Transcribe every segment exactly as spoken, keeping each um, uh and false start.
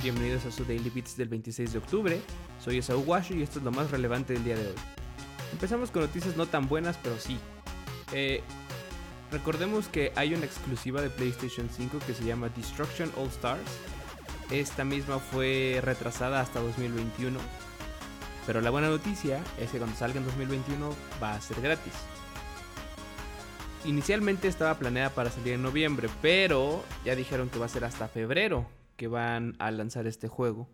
bienvenidos a su Daily Beats del veintiséis de octubre. Soy Esaú Washu y esto es lo más relevante del día de hoy. Empezamos con noticias no tan buenas, pero sí. Eh, recordemos que hay una exclusiva de PlayStation cinco que se llama Destruction All Stars. Esta misma fue retrasada hasta dos mil veintiuno. Pero la buena noticia es que cuando salga en dos mil veintiuno va a ser gratis. Inicialmente estaba planeada para salir en noviembre, pero ya dijeron que va a ser hasta febrero que van a lanzar este juego.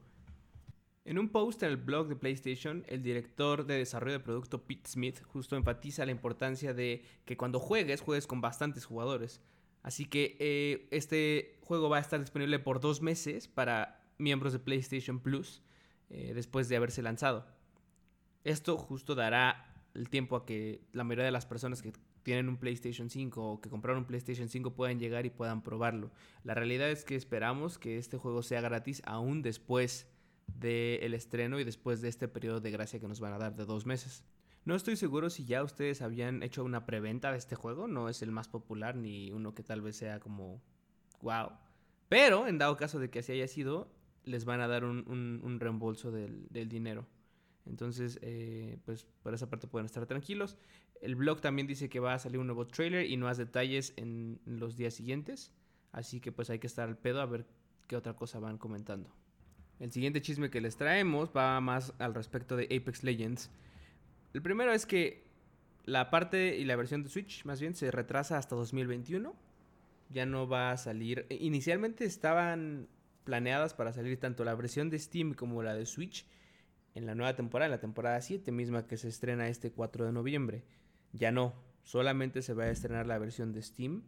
En un post en el blog de PlayStation, el director de desarrollo de producto Pete Smith justo enfatiza la importancia de que cuando juegues, juegues con bastantes jugadores. Así que eh, este juego va a estar disponible por dos meses para miembros de PlayStation Plus eh, después de haberse lanzado. Esto justo dará el tiempo a que la mayoría de las personas que tienen un PlayStation cinco o que compraron un PlayStation cinco puedan llegar y puedan probarlo. La realidad es que esperamos que este juego sea gratis aún después del estreno y después de este periodo de gracia que nos van a dar de dos meses. No estoy seguro si ya ustedes habían hecho una preventa de este juego. No es el más popular ni uno que tal vez sea como wow. Pero en dado caso de que así haya sido, les van a dar un, un, un reembolso del, del dinero. Entonces, eh, pues por esa parte pueden estar tranquilos. El blog también dice que va a salir un nuevo trailer y más detalles en, en los días siguientes. Así que pues hay que estar al pedo a ver qué otra cosa van comentando. El siguiente chisme que les traemos va más al respecto de Apex Legends. El primero es que la parte y la versión de Switch más bien se retrasa hasta dos mil veintiuno. Ya no va a salir. Inicialmente estaban planeadas para salir tanto la versión de Steam como la de Switch en la nueva temporada, en la temporada siete misma que se estrena este cuatro de noviembre. Ya no, solamente se va a estrenar la versión de Steam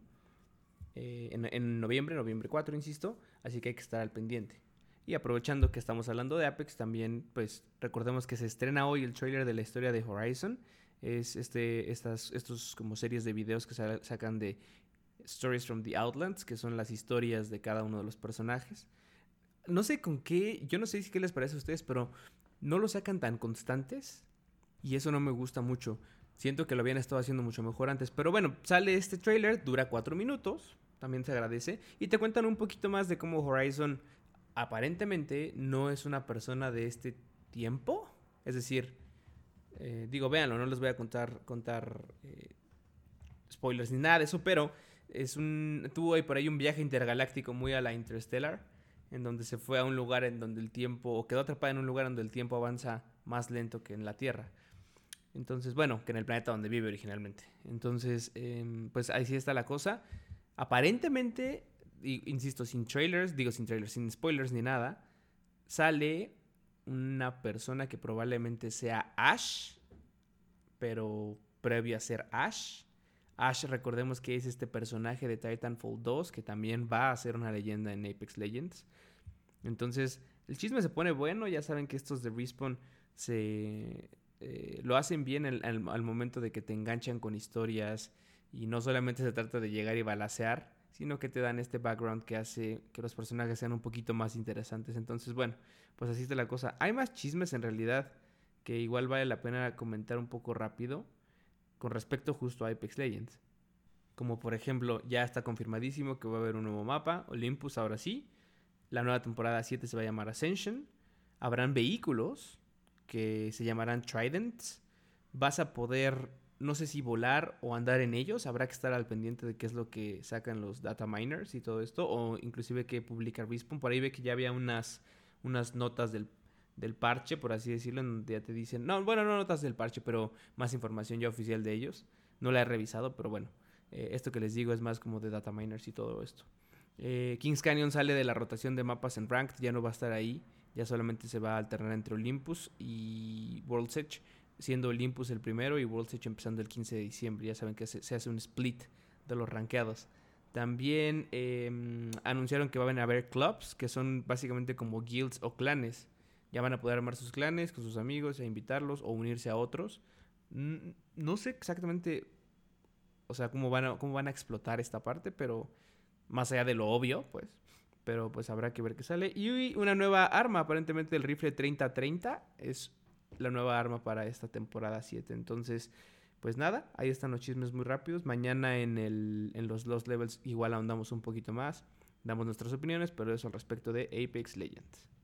eh, en, en noviembre, noviembre cuatro, insisto, así que hay que estar al pendiente. Y aprovechando que estamos hablando de Apex, también pues recordemos que se estrena hoy el trailer de la historia de Horizon. Es este, estas, estos como series de videos que se sacan de Stories from the Outlands, que son las historias de cada uno de los personajes. No sé con qué, yo no sé si qué les parece a ustedes, pero no lo sacan tan constantes y eso no me gusta mucho. Siento que lo habían estado haciendo mucho mejor antes. Pero bueno, sale este trailer, dura cuatro minutos, también se agradece. Y te cuentan un poquito más de cómo Horizon aparentemente no es una persona de este tiempo. Es decir, eh, digo, véanlo, no les voy a contar, contar eh, spoilers ni nada de eso, pero es un, tuvo ahí por ahí un viaje intergaláctico muy a la Interstellar, en donde se fue a un lugar en donde el tiempo, o quedó atrapada en un lugar donde el tiempo avanza más lento que en la Tierra. Entonces, bueno, que en el planeta donde vive originalmente. Entonces, eh, pues ahí sí está la cosa. Aparentemente, y, insisto, sin trailers, digo sin trailers, sin spoilers ni nada, sale una persona que probablemente sea Ash, pero previo a ser Ash. Ash, recordemos que es este personaje de Titanfall dos, que también va a ser una leyenda en Apex Legends. Entonces, el chisme se pone bueno. Ya saben que estos de Respawn se eh, lo hacen bien al, al, al momento de que te enganchan con historias. Y no solamente se trata de llegar y balacear, sino que te dan este background que hace que los personajes sean un poquito más interesantes. Entonces, bueno, pues así está la cosa. Hay más chismes en realidad que igual vale la pena comentar un poco rápido con respecto justo a Apex Legends. Como por ejemplo, ya está confirmadísimo que va a haber un nuevo mapa, Olympus ahora sí. La nueva temporada siete se va a llamar Ascension. Habrán vehículos que se llamarán Tridents. Vas a poder, no sé si volar o andar en ellos. Habrá que estar al pendiente de qué es lo que sacan los data miners y todo esto. O inclusive que publica Respawn. Por ahí ve que ya había unas, unas notas del, del parche, por así decirlo, en donde ya te dicen... No, bueno, no notas del parche, pero más información ya oficial de ellos. No la he revisado, pero bueno. Eh, esto que les digo es más como de data miners y todo esto. Eh, Kings Canyon sale de la rotación de mapas en Ranked, ya no va a estar ahí, ya solamente se va a alternar entre Olympus y World's Edge, siendo Olympus el primero y World's Edge empezando el quince de diciembre. Ya saben que se, se hace un split de los rankeados. También eh, anunciaron que van a haber clubs, que son básicamente como guilds o clanes. Ya van a poder armar sus clanes con sus amigos e invitarlos o unirse a otros. No sé exactamente, o sea, cómo van a, cómo van a explotar esta parte, pero más allá de lo obvio, pues. Pero pues habrá que ver qué sale. Y una nueva arma, aparentemente el rifle treinta treinta es la nueva arma para esta temporada siete. Entonces, pues nada, ahí están los chismes muy rápidos. Mañana en, el, en los Lost Levels igual ahondamos un poquito más. Damos nuestras opiniones, pero eso al respecto de Apex Legends.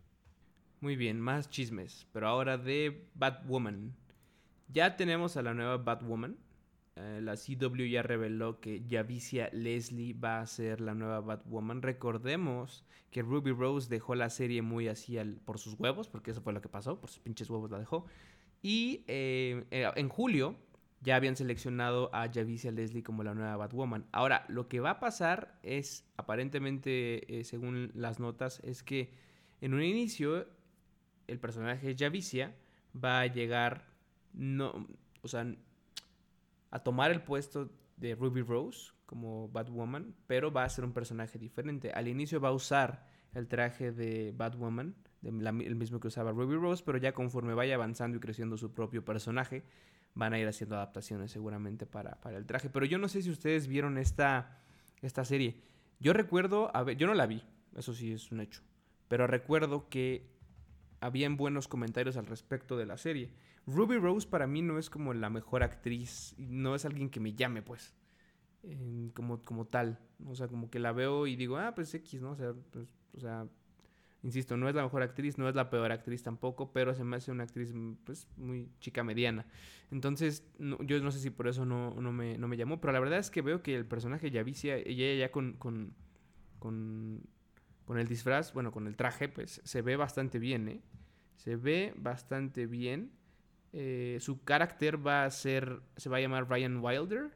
Muy bien, más chismes, pero ahora de Batwoman. Ya tenemos a la nueva Batwoman. Eh, la C W ya reveló que Javicia Leslie va a ser la nueva Batwoman. Recordemos que Ruby Rose dejó la serie muy así al, por sus huevos, porque eso fue lo que pasó, por sus pinches huevos la dejó. Y eh, en julio ya habían seleccionado a Javicia Leslie como la nueva Batwoman. Ahora, lo que va a pasar es, aparentemente, eh, según las notas, es que en un inicio el personaje Javicia va a llegar, no, o sea, a tomar el puesto de Ruby Rose como Batwoman, pero va a ser un personaje diferente. Al inicio va a usar el traje de Batwoman, de la, el mismo que usaba Ruby Rose, pero ya conforme vaya avanzando y creciendo su propio personaje, van a ir haciendo adaptaciones seguramente para, para el traje. Pero yo no sé si ustedes vieron esta, esta serie. Yo recuerdo, a ver, yo no la vi, eso sí es un hecho, pero recuerdo que habían buenos comentarios al respecto de la serie. Ruby Rose para mí no es como la mejor actriz, no es alguien que me llame, pues, eh, como, como tal. O sea, como que la veo y digo, ah, pues X, ¿no? O sea, pues, o sea, insisto, no es la mejor actriz, no es la peor actriz tampoco, pero se me hace una actriz, pues, muy chica mediana. Entonces, no, yo no sé si por eso no, no, me, no me llamó, pero la verdad es que veo que el personaje Javicia, ella ya con, con, con, con el disfraz, bueno, con el traje, pues, se ve bastante bien, ¿eh? Se ve bastante bien. Eh, su carácter va a ser, se va a llamar Ryan Wilder.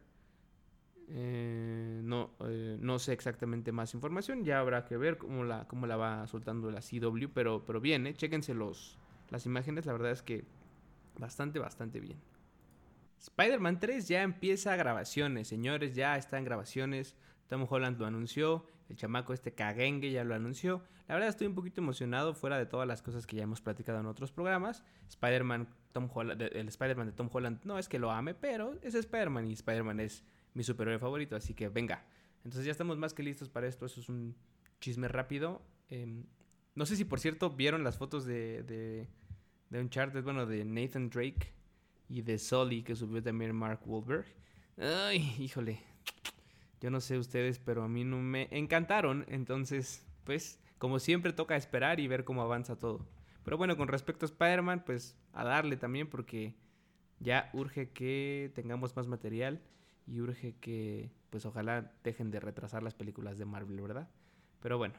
Eh, no, eh, no sé exactamente más información. Ya habrá que ver cómo la, cómo la va soltando la C W. Pero, pero bien, eh, chéquense los, las imágenes. La verdad es que bastante, bastante bien. Spider-Man tres ya empieza grabaciones, señores. Ya está en grabaciones. Tom Holland lo anunció. El chamaco este caguengue ya lo anunció. La verdad estoy un poquito emocionado fuera de todas las cosas que ya hemos platicado en otros programas. Spider-Man, Tom Holland, el Spider-Man de Tom Holland no es que lo ame, pero es Spider-Man y Spider-Man es mi superhéroe favorito, así que venga. Entonces ya estamos más que listos para esto. Eso es un chisme rápido. Eh, no sé si por cierto vieron las fotos de, de, de Uncharted, bueno, de Nathan Drake y de Sully que subió también Mark Wahlberg. Ay, híjole. Yo no sé ustedes, pero a mí no me encantaron. Entonces, pues, como siempre toca esperar y ver cómo avanza todo. Pero bueno, con respecto a Spider-Man, pues a darle también porque ya urge que tengamos más material y urge que, pues ojalá dejen de retrasar las películas de Marvel, ¿verdad? Pero bueno.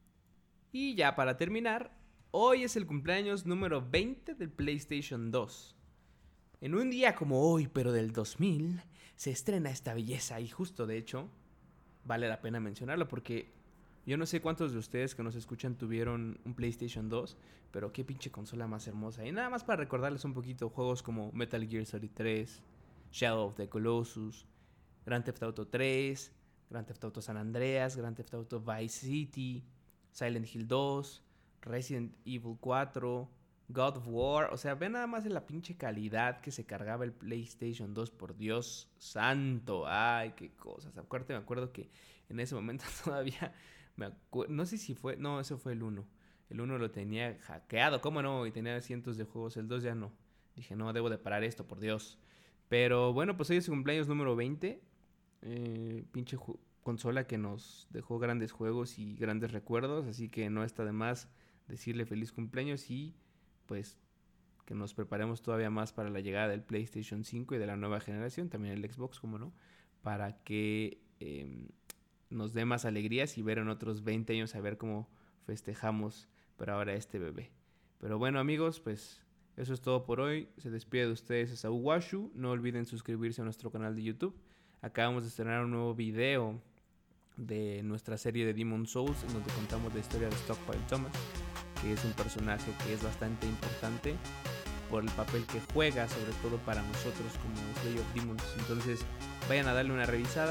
Y ya para terminar, hoy es el cumpleaños número veinte del PlayStation dos. En un día como hoy, pero del dos mil, se estrena esta belleza y justo de hecho vale la pena mencionarlo porque yo no sé cuántos de ustedes que nos escuchan tuvieron un PlayStation dos, pero qué pinche consola más hermosa. Y nada más para recordarles un poquito juegos como Metal Gear Solid tres, Shadow of the Colossus, Grand Theft Auto tres, Grand Theft Auto San Andreas, Grand Theft Auto Vice City, Silent Hill dos, Resident Evil cuatro, God of War. O sea, ven nada más en la pinche calidad que se cargaba el PlayStation dos, por Dios santo. Ay, qué cosas. Aparte me acuerdo que en ese momento todavía me acuerdo, no sé si fue, no, eso fue el uno. El uno lo tenía hackeado, ¿cómo no? Y tenía cientos de juegos, el dos ya no. Dije, no, debo de parar esto, por Dios. Pero bueno, pues hoy es su cumpleaños número veinte. Eh, pinche ju- consola que nos dejó grandes juegos y grandes recuerdos. Así que no está de más decirle feliz cumpleaños y pues que nos preparemos todavía más para la llegada del PlayStation cinco y de la nueva generación, también el Xbox, como no, para que eh, nos dé más alegrías y ver en otros veinte años a ver cómo festejamos por ahora este bebé. Pero bueno, amigos, pues eso es todo por hoy. Se despide de ustedes Esaú Washu. No olviden suscribirse a nuestro canal de YouTube. Acabamos de estrenar un nuevo video de nuestra serie de Demon's Souls, en donde contamos la historia de Stockpile Thomas, que es un personaje que es bastante importante por el papel que juega, sobre todo para nosotros como Slayer of Demons. Entonces vayan a darle una revisada.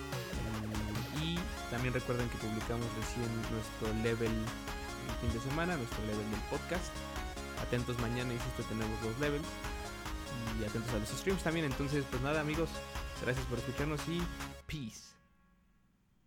Um, y también recuerden que publicamos recién nuestro level el fin de semana, nuestro level del podcast. Atentos mañana, insisto, tenemos dos levels. Y atentos a los streams también. Entonces, pues nada, amigos, gracias por escucharnos y peace.